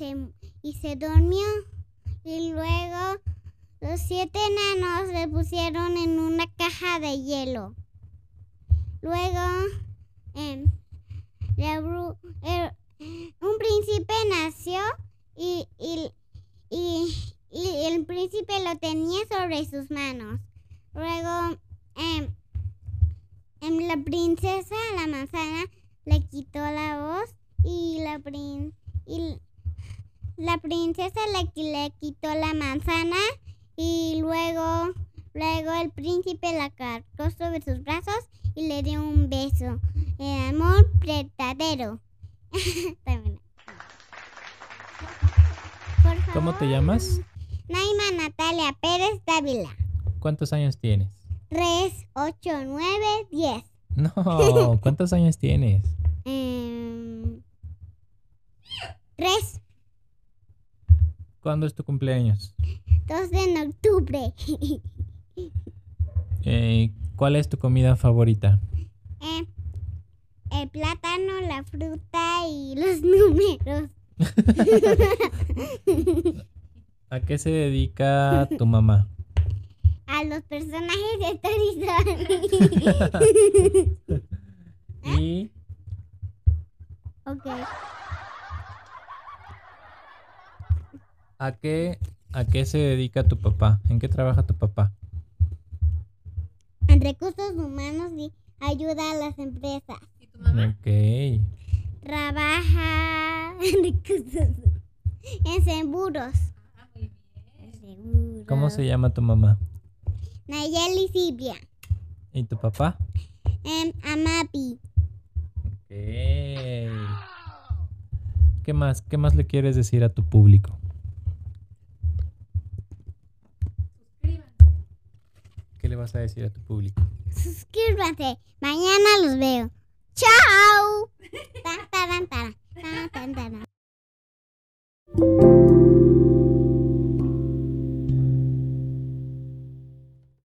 se durmió. Y luego los 7 enanos le pusieron en una caja de hielo. Luego un príncipe nació y el príncipe lo tenía sobre sus manos. Luego la princesa, la manzana, le quitó la voz y la princesa le quitó la manzana y luego el príncipe la cargó sobre sus brazos y le dio un beso. El amor verdadero. ¿Cómo te llamas? Naima Natalia Pérez Dávila. ¿Cuántos años tienes? 3, 8, 9, 10. No, ¿cuántos años tienes? 3. ¿Cuándo es tu cumpleaños? 2 de octubre. ¿Cuál es tu comida favorita? El plátano, la fruta y los números. ¿A qué se dedica tu mamá? A los personajes de Toy Story. ¿Y Ok. a qué se dedica tu papá? ¿En qué trabaja tu papá? En recursos humanos y ayuda a las empresas. ¿Y tu mamá? Ok. Trabaja en seguros. Ah, muy bien. Seguros. ¿Cómo se llama tu mamá? Nayeli Silvia. ¿Y tu papá? Amapi. Ok. ¿Qué más le quieres decir a tu público? Suscríbanse. ¿Qué le vas a decir a tu público? Suscríbanse. Mañana los veo. ¡Chao! Tan, taran, taran.